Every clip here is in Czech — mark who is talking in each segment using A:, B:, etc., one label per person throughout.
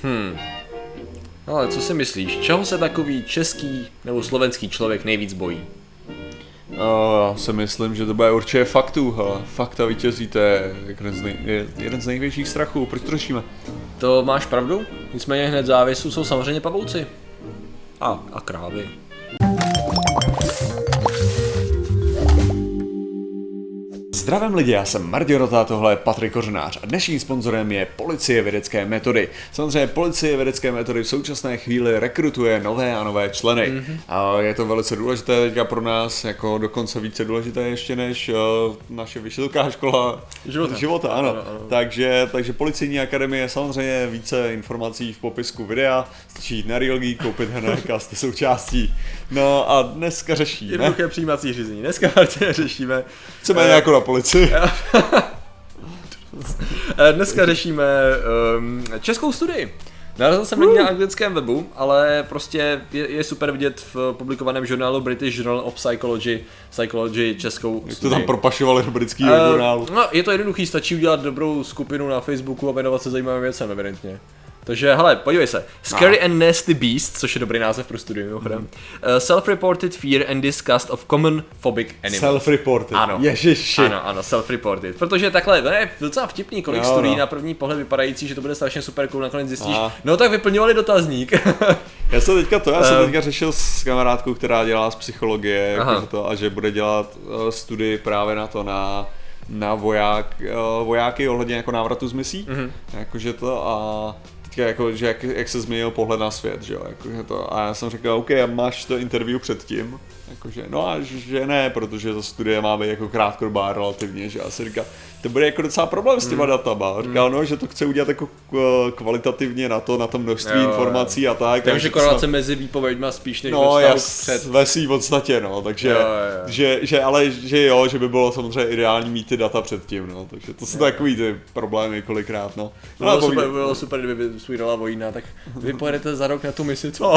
A: Ale co si myslíš, čeho se takový český nebo slovenský člověk nejvíc bojí?
B: Já si myslím, že to bude určitě faktů, hele. Fakta vítězí, to je jeden z největších strachů, proč to řešíme?
A: To máš pravdu, nicméně hned závěsu jsou samozřejmě pavouci. A krávy.
B: Zdravím lidi, já jsem Martin Rota, tohle je Patrik Kořenář a dnešním sponzorem je Policie vědecké metody. Samozřejmě Policie vědecké metody v současné chvíli rekrutuje nové a nové členy. A je to velice důležité teďka pro nás, jako dokonce více důležité ještě než naše vysoká škola života ano. Takže Policejní akademie, samozřejmě více informací v popisku videa, stačí jít na Real Geek, koupit hned a jste součástí. No a dneska řešíme.
A: Jednoduché přijímací řízení, dneska Martin řešíme.
B: Chceme jako na policii.
A: Dneska řešíme českou studii. Narazil jsem na ní na anglickém webu, ale prostě je super vidět v publikovaném žurnálu British Journal of Psychology českou studii.
B: Jak to tam propašovali do britského žurnálu.
A: No, je to jednoduchý, stačí udělat dobrou skupinu na Facebooku a věnovat se zajímavým věcem, evidentně. Takže, hele, podívej se. Scary and Nasty Beast, což je dobrý název pro studium, mimochodem. Self-reported fear and disgust of common phobic animals.
B: Self-reported,
A: ano.
B: Ježiši.
A: Ano, self-reported. Protože takhle, to je docela vtipný, kolik studií na první pohled vypadající, že to bude strašně super cool, nakonec zjistíš, no tak vyplňovali dotazník.
B: Já jsem teďka řešil s kamarádkou, která dělá z psychologie, jako to, a že bude dělat studii právě na to, na vojáky ohledně jako návratu z misí, jakože to a teďka jako, že jak se změnil pohled na svět, že jo, jakože to, a já jsem řekl, OK, a máš to interview předtím, jakože, no a že ne, protože ta studie má být jako krátkodobá relativně, že já si říkám, to bude jako docela problém s těma datama, říkal, no, že to chce udělat jako kvalitativně na to množství informací a tak.
A: Takže korelace mezi výpověďma spíš než ve vztahu před.
B: Ve svým podstatě, no, takže, že by bylo samozřejmě ideální mít ty data předtím, no, takže to jsou takový ty problémy kolikrát, no.
A: Bylo super, kdyby svůj rola vojína, tak vy pojedete za rok na tu misi, co?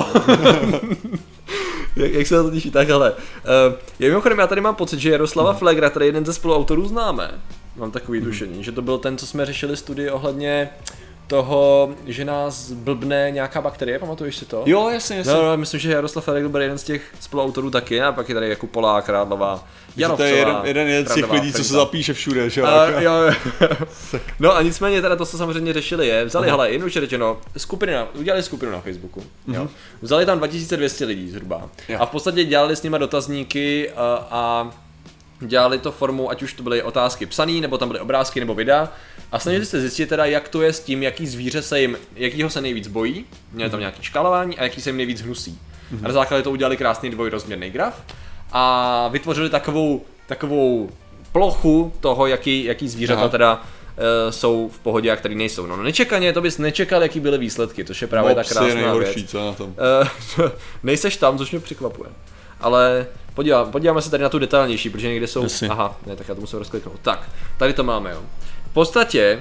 A: Jak se to těší, takhle. Mimochodem, já tady mám pocit, že Jaroslava Flegra, tady jeden ze spoluautorů známe. Mám takový tušení, že to byl ten, co jsme řešili studii ohledně toho, že nás blbne nějaká bakterie, pamatuješ si to?
B: Jo, jasně.
A: No, myslím, že Jaroslav Flegr byl jeden z těch spoluautorů taky, a pak je tady jako Polák, Krádlová, Janovcová.
B: To je jeden z těch lidí, co se zapíše všude, že jo?
A: Jo. No a nicméně teda to, co samozřejmě řešili je, vzali, hele, jednoduše řečeno, udělali skupinu na Facebooku, jo? Vzali tam 2200 lidí zhruba a v podstatě dělali s nima dotazníky a dělali to formou, ať už to byly otázky psaný, nebo tam byly obrázky nebo videa a snažili se zjistit teda, jak to je s tím, jakýho se nejvíc bojí, měli tam nějaký škálování a jaký se jim nejvíc hnusí. A na základě to udělali krásný dvojrozměrný graf a vytvořili takovou plochu toho, jaký zvířata teda jsou v pohodě a který nejsou. No nečekaně, to bys nečekal, jaký byly výsledky, to je právě ta krásná
B: nejhorší,
A: věc.
B: Co na tom?
A: Nejseš tam, což mě překvapuje. Ale podíváme se tady na tu detailnější, protože někde jsou... Aha, ne, tak já to musím rozkliknout. Tak, tady to máme, jo. V podstatě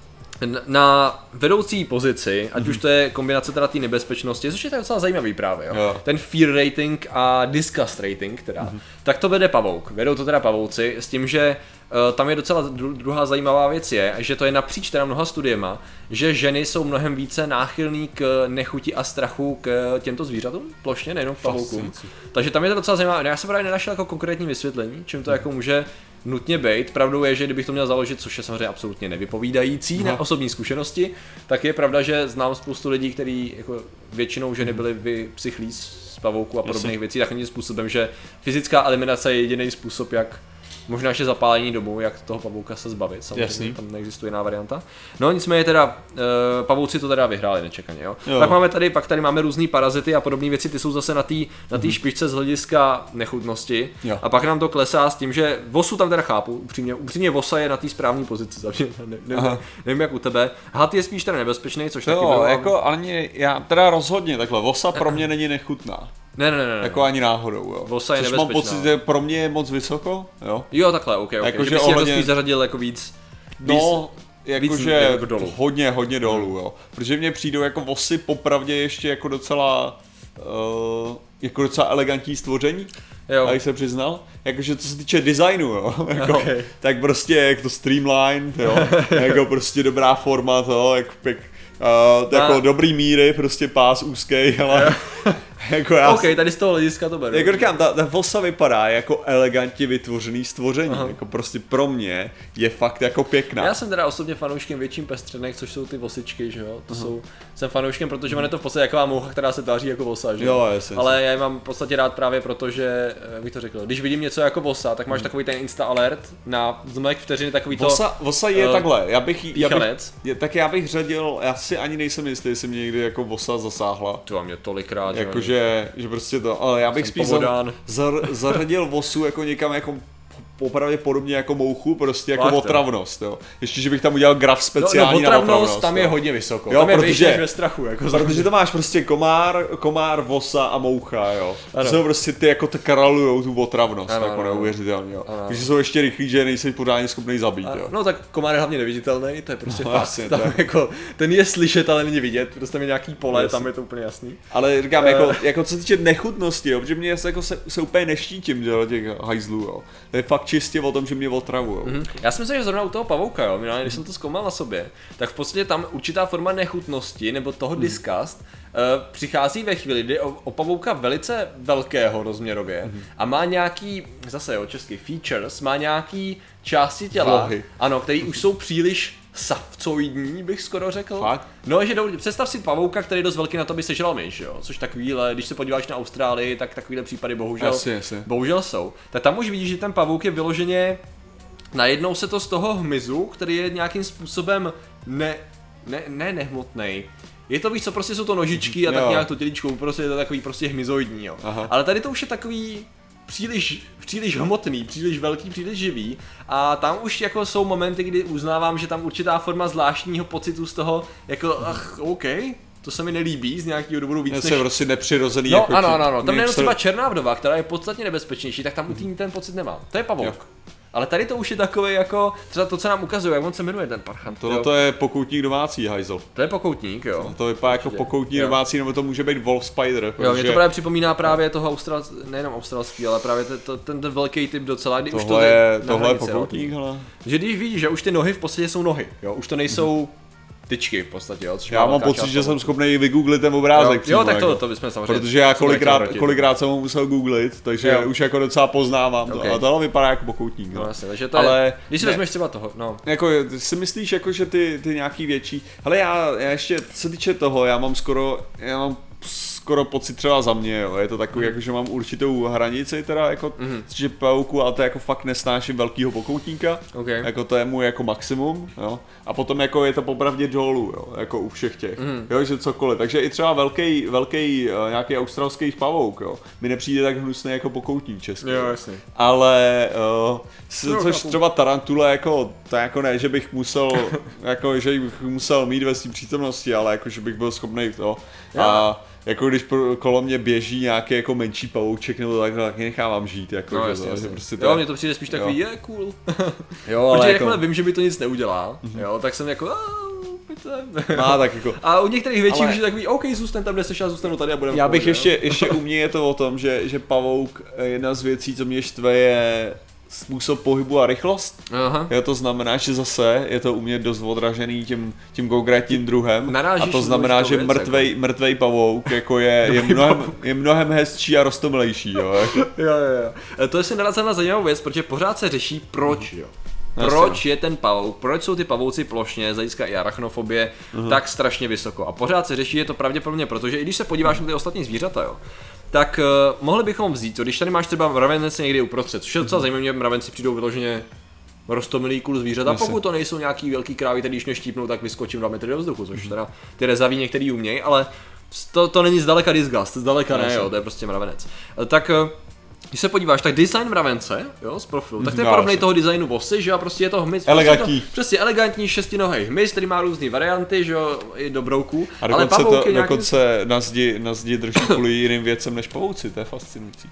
A: na vedoucí pozici, ať už to je kombinace teda té nebezpečnosti, což je tak docela zajímavý právě, jo. Ten fear rating a disgust rating teda, tak to vede pavouk. Vedou to teda pavouci s tím, že tam je docela druhá zajímavá věc je, že to je napříč teda mnoha studiema, že ženy jsou mnohem více náchylný k nechuti a strachu k těmto zvířatům, plošně, nejenom k pavoukům. Takže tam je to docela zajímavé. Já jsem právě nenašel jako konkrétní vysvětlení, čím to jako může nutně být. Pravdou je, že kdybych to měl založit, což je samozřejmě absolutně nevypovídající na osobní zkušenosti, tak je pravda, že znám spoustu lidí, kteří jako většinou ženy byly vypsychlí z pavouků a podobných věcí, takovým způsobem, že fyzická eliminace je jediný způsob, jak možná ještě zapálení domu, jak toho pavouka se zbavit, samozřejmě tam neexistuje jiná varianta. No nicméně teda, pavouci to teda vyhráli nečekaně, jo. Pak tady máme různý parazity a podobné věci, ty jsou zase na té špičce z hlediska nechutnosti. A pak nám to klesá s tím, že vosu tam teda chápu, upřímně vosa je na té správné pozici, nevím jak u tebe. Had je spíš teda nebezpečný, což taky bylo.
B: Jako ani já teda rozhodně takhle, vosa pro mě není nechutná.
A: Ne.
B: Jako ani náhodou, jo.
A: Vosa je
B: což
A: nebezpečná.
B: mám pocit, že pro mě je moc vysoko, jo.
A: Jo, takhle, OK.
B: Jako,
A: že bys ohledně... to spíš zařadil jako víc.
B: No, jakože
A: jako dolů.
B: Hodně dolů, jo. Protože mně přijdou jako vosy popravdě ještě jako docela elegantní stvoření. Jo. Jak se přiznal, jakože co se týče designu, jo, jako, tak prostě jak to streamline, jo, jako prostě dobrá forma, to, jak jako dobrý míry, prostě pás úzký, ale jako já...
A: OK, tady z toho hlediska to beru.
B: Jako říkám, ta vosa vypadá jako elegantně vytvořený stvoření, jako prostě pro mě je fakt jako pěkná.
A: Já jsem teda osobně fanouškem větším pestřenek, což jsou ty vosičky, že jo, jsem fanouškem, protože on je to v podstatě jaková moucha, která se tváří jako vosa, že
B: jo, jasně.
A: Ale já je mám v podstatě rád právě proto, že, jak bych to řekl, když vidím něco jako vosa, tak máš takový ten insta alert na zlomek vteřiny, takový to...
B: Vosa je takhle, já bych řadil, já si ani nejsem jistý, jestli mě někdy jako vosa zasáhla.
A: To mě tolikrát,
B: že prostě to, ale já bych spíš zařadil vosu jako někam jako opravdu podobně jako mouchu, prostě jako otravnost, jo. Ještě, že bych tam udělal graf speciální na otravnost.
A: Tam je hodně vysoko,
B: jo,
A: tam je vyšší než ve strachu. Jako
B: protože to máš prostě komár, vosa a moucha, jo. To jsou prostě ty jako kralujou tu otravnost, jako neuvěřitelně, jo. Takže jsou ještě rychlí, že nejsi pořádně schopný zabít, jo.
A: No tak komár je hlavně neviditelný, to je prostě fakt, tam jako, ten je slyšet, ale není vidět, prostě tam je nějaký pole, tam je to úplně jasný.
B: Ale říkám, jako co se týče nechutnosti, jo, protože mě jako se úplně neštítím, do těch hajzlů, jo. To je fakt čistě o tom, že mě otravujou.
A: Já si myslím, že zrovna u toho pavouka, jo, když jsem to zkoumal na sobě, tak v podstatě tam určitá forma nechutnosti nebo toho disgust přichází ve chvíli, kdy o pavouka velice velkého rozměrově a má nějaký, zase jo, český features, má nějaký části těla,
B: vlohy.
A: Ano, který už jsou příliš savcoidní, bych skoro řekl.
B: Fakt?
A: No, že představ si pavouka, který je dost velký na to, aby sežral myš, jo. Což takovýhle, když se podíváš na Austrálii, tak takovýhle případy bohužel jsou. Tak tam už vidíš, že ten pavouk je vyloženě, najednou se to z toho hmyzu, který je nějakým způsobem nehmotnej. Je to, víš co, prostě jsou to nožičky a tak nějak to tělíčko, prostě je to takový prostě hmyzoidní, jo. Aha. Ale tady to už je takový příliš hmotný, příliš velký, příliš živý a tam už jako jsou momenty, kdy uznávám, že tam určitá forma zvláštního pocitu z toho, jako OK, to se mi nelíbí z nějakého důvodu víc než...
B: Je prostě nepřirozený.
A: No jako ano, tam nejenom třeba černá vdova, která je podstatně nebezpečnější, tak tam u ten pocit nemám. To je pavouk. Jo. Ale tady to už je takový jako, třeba to, co nám ukazuje, jak on se jmenuje ten parchant.
B: To je pokoutník domácí hajzl.
A: To je pokoutník, jo.
B: To vypadá jako pokoutník domácí, nebo to může být wolf spider.
A: Jo, mě to právě připomíná právě toho nejenom australský, ale právě ten velký typ docela, kdy už to je
B: tohle je pokoutník, hele.
A: Že když vidíš, že už ty nohy v podstatě jsou nohy, jo, už to nejsou tyčky v podstatě, jo.
B: Já mám pocit, že jsem schopný vygooglit ten obrázek.
A: Jo, tak to bychom samozřejmě.
B: Protože já kolikrát jsem ho musel googlit, takže už jako docela poznávám to. A tohle vypadá jako pokoutník.
A: No jasně, takže to je, když si vezmeš třeba toho, no.
B: Jako si myslíš jako, že ty nějaký větší, hele já ještě, co se týče toho, já mám skoro pocit třeba za mě, jo. Je to takový, jako, že mám určitou hranici teda, jako, že pavouku, ale to jako fakt nesnáším velkýho pokoutníka, jako to je můj jako maximum, jo. A potom jako je to popravdě dolů, jo, jako u všech těch, jo, že cokoliv, takže i třeba velký nějaký australský pavouk, jo, mi nepřijde tak hnusný jako pokoutník český,
A: jo, jasně.
B: Ale což třeba tarantule, jako, to jako ne, že bych musel, jako, že bych musel mít ve svým přítomnosti, ale jako, že bych byl schopný to a jako když kolo mě běží nějaký jako menší pavouček nebo takhle, tak nechávám žít, jako,
A: no,
B: jasně.
A: Prostě jo, mně to přijde spíš takový, je cool. Jo, ale protože jako... jakmile vím, že mi to nic neudělá, jo, tak jsem jako,
B: tak jako.
A: A u některých větších už je takový, OK, zůstaň tam, kde seš, já zůstanu tady a budeme.
B: Já bych ještě u mě je to o tom, že pavouk, jedna z věcí, co mě štve, je způsob pohybu a rychlost. Aha. Jo, to znamená, že zase je to u mě dost odražený tím konkrétním druhem. A to znamená, že mrtvej pavouk jako je mnohem hezčí a roztomilejší. Jo.
A: To je si narazil na zajímavou věc, protože pořád se řeší proč, jo. Proč je ten pavouk, proč jsou ty pavouci plošně, z hlediska i arachnofobie, tak strašně vysoko. A pořád se řeší, je to pravděpodobně, protože i když se podíváš na ty ostatní zvířata, jo, tak mohli bychom vzít, když tady máš třeba mravenec někdy uprostřed, což je docela zajímavé, mravenci přijdou vyloženě roztomilý cool zvířata, pokud to nejsou nějaký velký krávy, který když mě štípnou, tak vyskočím 2 metry do vzduchu, což teda ty rezaví některý umějí, ale to není zdaleka disgust, zdaleka ne, jo, to je prostě mravenec. Tak když se podíváš, tak design mravence, jo, z profilu, tak to je podobný toho designu vosy, že jo, prostě je to hmyz.
B: Elegantní.
A: Přesně elegantní šestinohej hmyz, který má různé varianty, že jo, i do brouků.
B: A dokonce na zdi drží kvůli jiným věcem než pavouci, to je fascinující.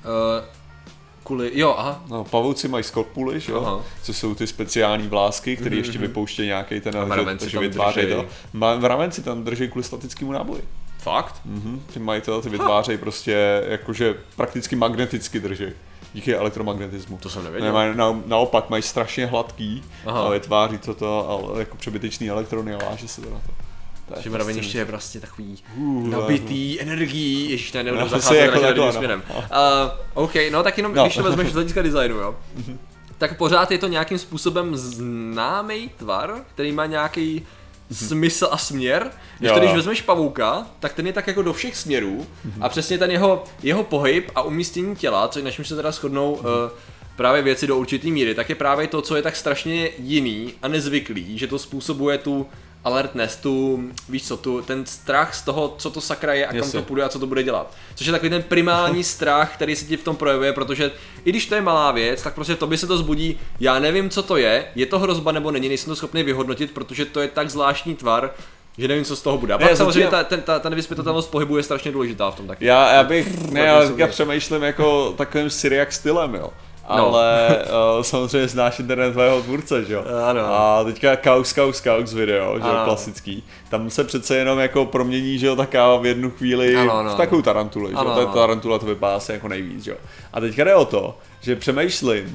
A: Aha.
B: No, pavouci mají skorpuly, že jo, co jsou ty speciální vlásky, které ještě vypouštějí nějaký ten, že vytvářejí to. Mravenci tam drží kvůli statickému náboji.
A: Fakt?
B: Ty majitele ty vytvářejí prostě jakože prakticky magneticky drží. Díky elektromagnetismu.
A: To jsem nevěděl.
B: Naopak mají strašně hladký a vytváří to jako přebytečný elektrony a váže se to na to.
A: Že mraveniště je vlastně takový nabitý energií, ježiš, ne, nebudu zacházet jako radím směrem. OK, no tak jenom, když to vezmeš z hlediska designu, jo. Tak pořád je to nějakým způsobem známý tvar, který má nějaký smysl a směr. Když vezmeš pavouka, tak ten je tak jako do všech směrů a přesně ten jeho pohyb a umístění těla, což na čem se teda shodnou právě věci do určitý míry, tak je právě to, co je tak strašně jiný a nezvyklý, že to způsobuje tu alertness, víš co, ten strach z toho, co to sakra je a kam to půjde a co to bude dělat. Což je takový ten primální strach, který se ti v tom projevuje, protože i když to je malá věc, tak prostě v tobě se to zbudí, já nevím, co to je to hrozba nebo není, nejsem to schopný vyhodnotit, protože to je tak zvláštní tvar, že nevím, co z toho bude. A pak samozřejmě ta nevyzpytatelnost pohybu je strašně důležitá v tom taky.
B: Já přemýšlím jako takovým Syriac stylem, jo. Ale samozřejmě znáš internetového tvůrce, že jo?
A: Ano.
B: A teďka Kaus video, že jo, klasický. Tam se přece jenom jako promění, že jo, taká v jednu chvíli v takovou tarantuli, že jo? Ta tarantula to vypadá asi jako nejvíc, že jo? A teďka jde o to, že přemýšlím,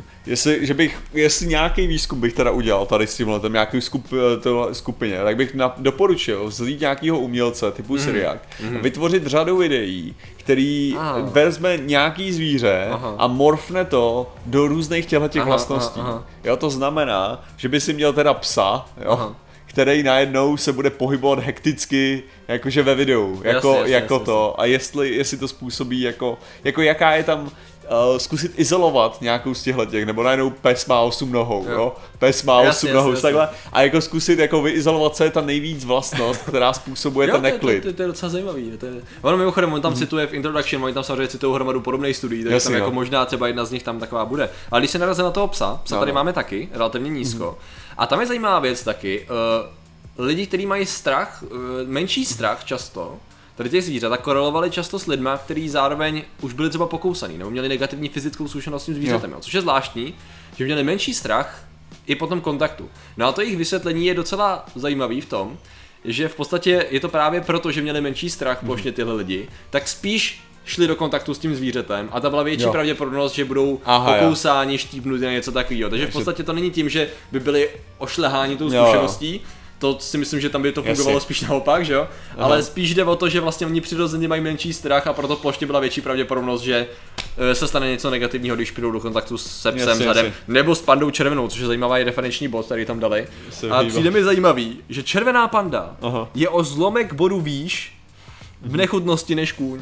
B: jestli nějaký výzkum bych teda udělal tady s tímhle, nějaký skupině, tak bych doporučil vzít nějakého umělce typu Syriac, vytvořit řadu videí, který vezme nějaký zvíře a morfne to do různých těch vlastností. Jo, to znamená, že by si měl teda psa, jo, který najednou se bude pohybovat hekticky, jakože ve videu, jasně. A jestli to způsobí jako jaká je tam zkusit izolovat nějakou z těch, nebo najednou pes má 8 nohou, jo? Pes má 8 nohou, takhle, a jako zkusit jako vyizolovat, co je ta nejvíc vlastnost, která způsobuje ten neklid.
A: To je docela zajímavý. Ono mimochodem, on tam cituje v Introduction, oni tam samozřejmě citují hromadu podobných studií, takže tam jako možná třeba jedna z nich tam taková bude. Ale když se narazil na toho psa tady máme taky, relativně nízko. A tam je zajímavá věc taky, lidi, kteří mají strach, menší strach často, tady těch zvířat, tak korelovali často s lidma, kteří zároveň už byli třeba pokousaný, nebo měli negativní fyzickou zkušenost s tím zvířetem, což je zvláštní, že měli menší strach i po tom kontaktu. No a to jejich vysvětlení je docela zajímavý v tom, že v podstatě je to právě proto, že měli menší strach plošně tyhle lidi, tak spíš šli do kontaktu s tím zvířetem a ta byla větší pravděpodobnost, že budou pokousáni, štípnuti a něco takového. Takže v podstatě to není tím, že by byli ošleháni tou zkušeností. To si myslím, že tam by to fungovalo spíš naopak, že jo? Ale spíš jde o to, že vlastně oni přirozeně mají menší strach a proto plošně byla větší pravděpodobnost, že se stane něco negativního, když přijdou do kontaktu se psem zadem, nebo s pandou červenou, což je zajímavý referenční bod, který tam dali. A přijde mi zajímavý, že červená panda je o zlomek bodu výš v nechutnosti než kůň.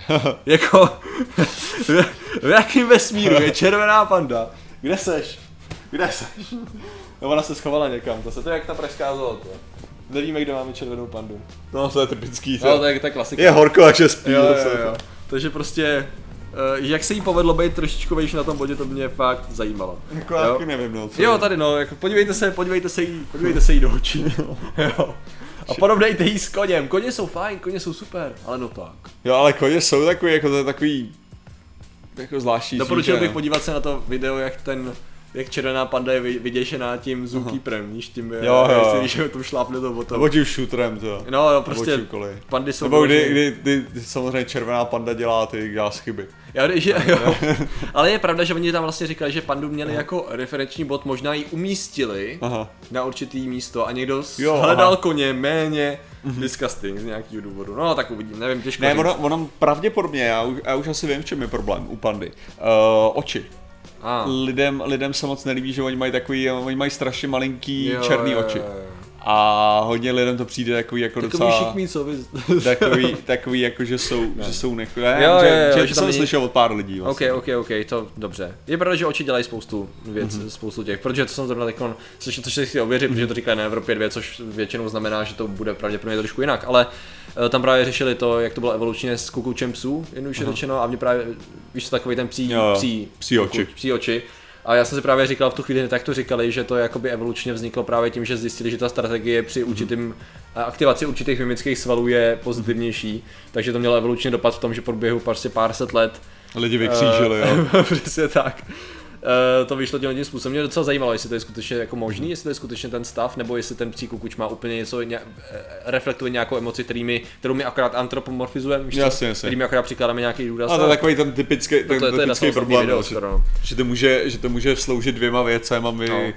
A: Jako v jakým vesmíru je červená panda? Kde seš? No, ona se schovala někam, to je jak ta pražská zoo, nevíme, kde máme červenou pandu.
B: No, to je typický.
A: No, to je klasika.
B: Je horko, až je spí.
A: Jo. Takže prostě, jak se jí povedlo být trošičku vejš na tom bodě, to mě fakt zajímalo.
B: Jako já taky nevím, no.
A: Jo, tady no, jako podívejte se jí do očí. Jo. A podobnejte jí s koněm, koně jsou fajn, koně jsou super, ale no tak.
B: Jo, ale koně jsou takový, jako to je takový, jako zvláštní.
A: Doporučil bych podívat se na to video, jak červená panda je vyděšená tím zookeeperem, níž tím, jestli víš, že to šlápne to potom.
B: Nebo tím shooterem, to.
A: No, prostě pandy jsou...
B: Nebo kdy samozřejmě červená panda dělá chyby.
A: Jo. Ale je pravda, že oni tam vlastně říkali, že pandu měli jako referenční bod, možná ji umístili na určitý místo a někdo hledal koně méně disgusting z nějakého důvodu. No tak uvidím, nevím, těžko říct.
B: Ono pravděpodobně, já už asi vím, v čem je problém u pandy. Oči. Lidem se moc nelíbí, že oni mají strašně malinký černý oči. A hodně lidem to přijde takový jako docela...
A: Šikmý, co vy...
B: takový jako, že jsou nechvělé. Že jsem slyšel od pár lidí vlastně.
A: OK, to dobře. Je pravda, že oči dělají spoustu těch, protože to jsem zrovna teďkon slyšel, což si chci ověřit, protože to říkají na Evropě 2, což většinou znamená, že to bude pravděpodobně trošku jinak, ale tam právě řešili to, jak to bylo evolučně s kukučem psů, jednoduše řečeno, a mě právě, víš, to takový ten psí oči. A já jsem si právě říkal v tu chvíli, tak to říkali, že to jakoby evolučně vzniklo právě tím, že zjistili, že ta strategie při aktivaci určitých mimických svalů je pozitivnější, takže to mělo evolučně dopad v tom, že po běhu prostě pár set let
B: lidi vykřížili, jo.
A: Přesně tak. To vyšlo tím způsobem. Mě docela zajímalo, jestli to je skutečně jako možný, jestli to je skutečně ten stav, nebo jestli ten psí kukuč má úplně něco, reflektuje nějakou emoci, kterou my akorát antropomorfizujeme, který my akorát přikládáme nějaký důraz.
B: A to je takový ten typický problém, video, že to může sloužit dvěma věcem a my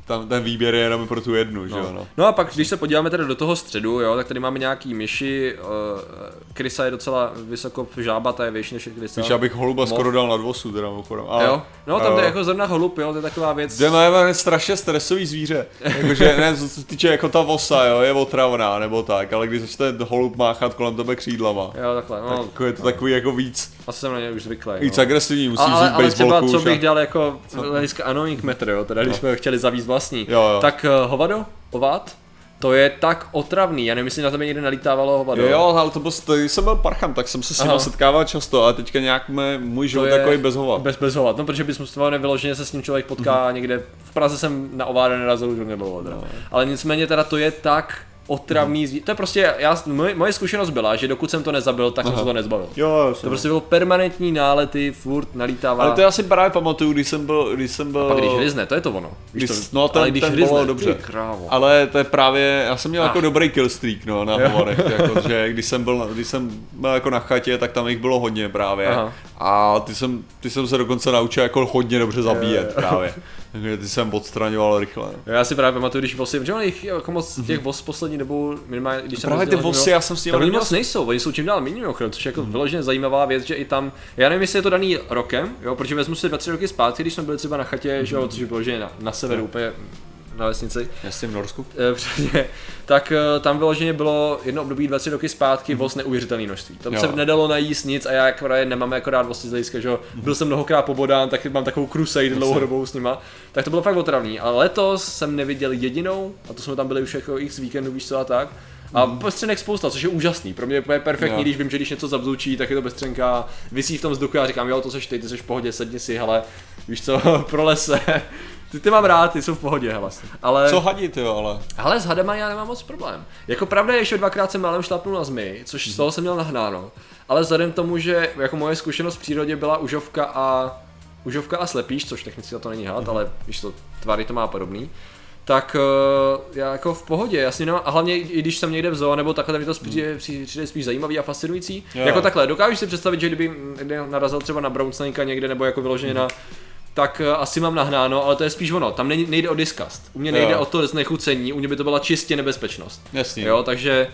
B: tam ten výběr je jenom pro tu jednu, že jo, no.
A: No a pak, když se podíváme tedy do toho středu, jo, tak tady máme nějaký myši, krysa je docela vysoko, žába, ta je větší než krysa.
B: Víš, abych holuba skoro dal na dvosu, teda mimochodem.
A: Jo, no tam je jako zrovna holub, jo, to je taková věc.
B: Je strašně stresový zvíře, jakože ne, co se týče jako ta vosa, jo, je otravná nebo tak, ale když začne holub máchat kolem tebe křídlama,
A: jo, takhle, no,
B: tak je to takový jako víc.
A: Asi jsem na něj už zvyklý.
B: Víc agresivní, musíš vzít
A: ale
B: baseballku.
A: Ale třeba co bych dal jako hlediska annoying matter, jo, teda když jsme chtěli zavízt vlastní, tak hovado, ovat, to je tak otravný, já nevím, jestli na tebe někde nalítávalo hovado.
B: Jo, ale to když jsem byl parchant, tak jsem se s ním setkával často, ale teďka nějak můj život takový bez hovat.
A: Bez hovat, no protože bys musel nevyloženě se s ním člověk potká někde, v Praze jsem na ováda nerazil, už nebylo teda. Ale nicméně teda to je tak otravný zvíře. To je prostě, moje zkušenost byla, že dokud jsem to nezabil, tak jsem se to nezbavil.
B: Jo,
A: to prostě bylo permanentní nálety, furt nalítává.
B: Ale to já si právě pamatuju, když jsem byl.
A: A pak když hryzne, to je to ono.
B: No ten bylo dobře. Ale to je právě, já jsem měl jako dobrý killstreak, no, na hovorech, jako, že když jsem byl jako na chatě, tak tam jich bylo hodně právě. Aha. A ty jsem se dokonce naučil jako hodně dobře zabíjet právě. Takže ty jsem odstraňoval rychle.
A: Já si právě pamatuju, když vosy, protože jich jako moc těch vos poslední dobou minimálně, když jsem
B: právě ty vosy, já jsem s nimi
A: moc nejsou, oni jsou čím dál méně mimochodem, což je jako vyloženě zajímavá věc, že i tam, já nevím, jestli je to daný rokem, jo, protože vezmu si 2-3 roky zpátky, když jsme byli třeba na chatě, že jo, což je vyloženě na severu úplně na vesnici.
B: Jasně v Norsku.
A: Přesně. Tak tam vyloženě bylo jedno období 2-3 roky zpátky voz neuvěřitelné množství. Tam se nedalo najíst nic a já akorát nemám akorát vosy z hlediska, že byl jsem mnohokrát pobodán, tak mám takovou crusade dlouhodobou s nima. Tak to bylo fakt otravný. Ale letos jsem neviděl jedinou, a to jsme tam byli už jako x víkendů, víš co a tak. A bestřenek spousta, což je úžasný. Pro mě je perfektní, když vím, že když něco zabzučí, tak je to bestřenka, visí v tom vzduchu a říkám, jo, to seš ty seš v pohodě, sedni si, hele, víš co, prolez se. Ty mám rád, ty jsou v pohodě, hele. Ale...
B: Co hadit, jo, ale...
A: Ale s hadama já nemám moc problém. Jako pravda je, že 2krát jsem málem šlapnul na zmi, což z toho jsem měl nahnáno. Ale vzhledem k tomu, že jako moje zkušenost v přírodě byla užovka a slepíš, což technicky to není had, ale víš to, tvary to má podobný. Tak já jako v pohodě, jasně nemám, a hlavně i když jsem někde v zoo, nebo takhle mi to přijde spíš zajímavý a fascinující. Jo. Jako takhle, dokážu si představit, že kdyby narazil třeba na brown-snakea někde, nebo jako vyloženě na, tak asi mám nahnáno, ale to je spíš ono, tam nejde o disgust, u mě nejde o to znechucení, u mě by to byla čistě nebezpečnost.
B: Jasně.
A: Jo, takže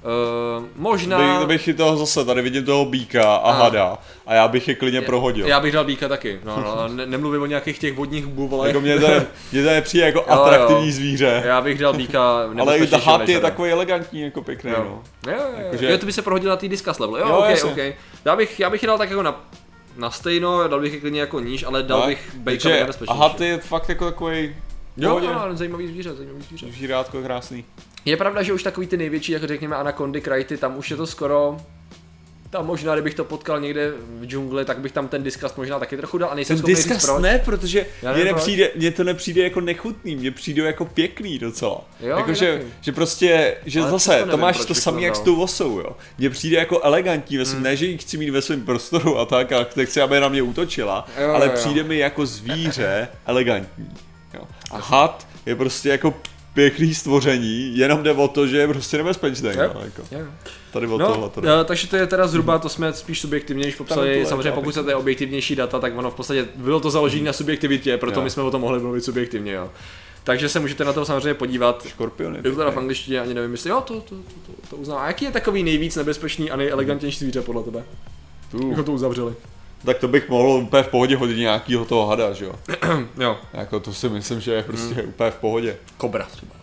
A: možná...
B: Kdybych toho zase, tady vidím toho býka a hada a já bych je klidně prohodil.
A: Já bych dal býka taky, no, nemluvím o nějakých těch vodních buvolech.
B: Jako mě to nepřijde jako atraktivní zvíře.
A: Já bych dal býka nebezpečnějšího.
B: Ale i ta had je takový elegantní, jako pěkný,
A: no. Jo, to by se prohodil na tý disgust level, jo, okay. Já bych je dal tak jako na stejno, dal bych je klidně jako níž, ale dal bych býka nebezpečnější.
B: A had je fakt jako takový...
A: Jo, zajímavý zvíře.
B: Zvířátko je krásný.
A: Je pravda, že už takový ty největší, jako řekněme anakondy, krajty, tam už je to skoro... Tam možná, kdybych to potkal někde v džungli, tak bych tam ten disgust možná taky trochu dal a nejsem schopný říct proč.
B: Ne, protože mně to nepřijde jako nechutný, mně přijde jako pěkný docela. Jako, že prostě, že ale zase, to máš to samé jak s tou vosou, jo. Mně přijde jako elegantní, ne, že ji chci mít ve svém prostoru a tak, a nechci, aby na mě útočila, ale přijde mi jako zvíře elegantní. Jo. A had je prostě jako pěkný stvoření, jenom jde o to, že je prostě nebezpečný. Tady o tohle.
A: Takže to je teda zhruba, to jsme spíš subjektivně než popsali, samozřejmě pokud se to je objektivnější data, tak ono v podstatě bylo to založené na subjektivitě, proto my jsme o tom mohli mluvit subjektivně, jo. Takže se můžete na to samozřejmě podívat.
B: Škorpiony.
A: Je to teda v angličtině, ani nevím, jestli to uznám. A jaký je takový nejvíc nebezpečný a nejelegantnější zvíře podle tebe? Jako to uzavřeli.
B: Tak to bych mohl úplně v pohodě hodit nějakýho toho hada, že jo?
A: Jo.
B: Jako to si myslím, že je prostě úplně v pohodě.
A: Kobra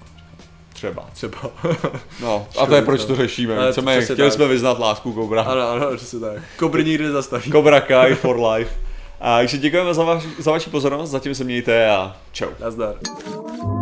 B: třeba.
A: No,
B: a to je proč to řešíme. Chtěli jsme vyznat lásku kobra.
A: Ano, přesně tak. Kobry nikdy nezastaví.
B: Cobra Kai for life. A ještě děkujeme za vaši pozornost, zatím se mějte a čau.
A: Nazdar.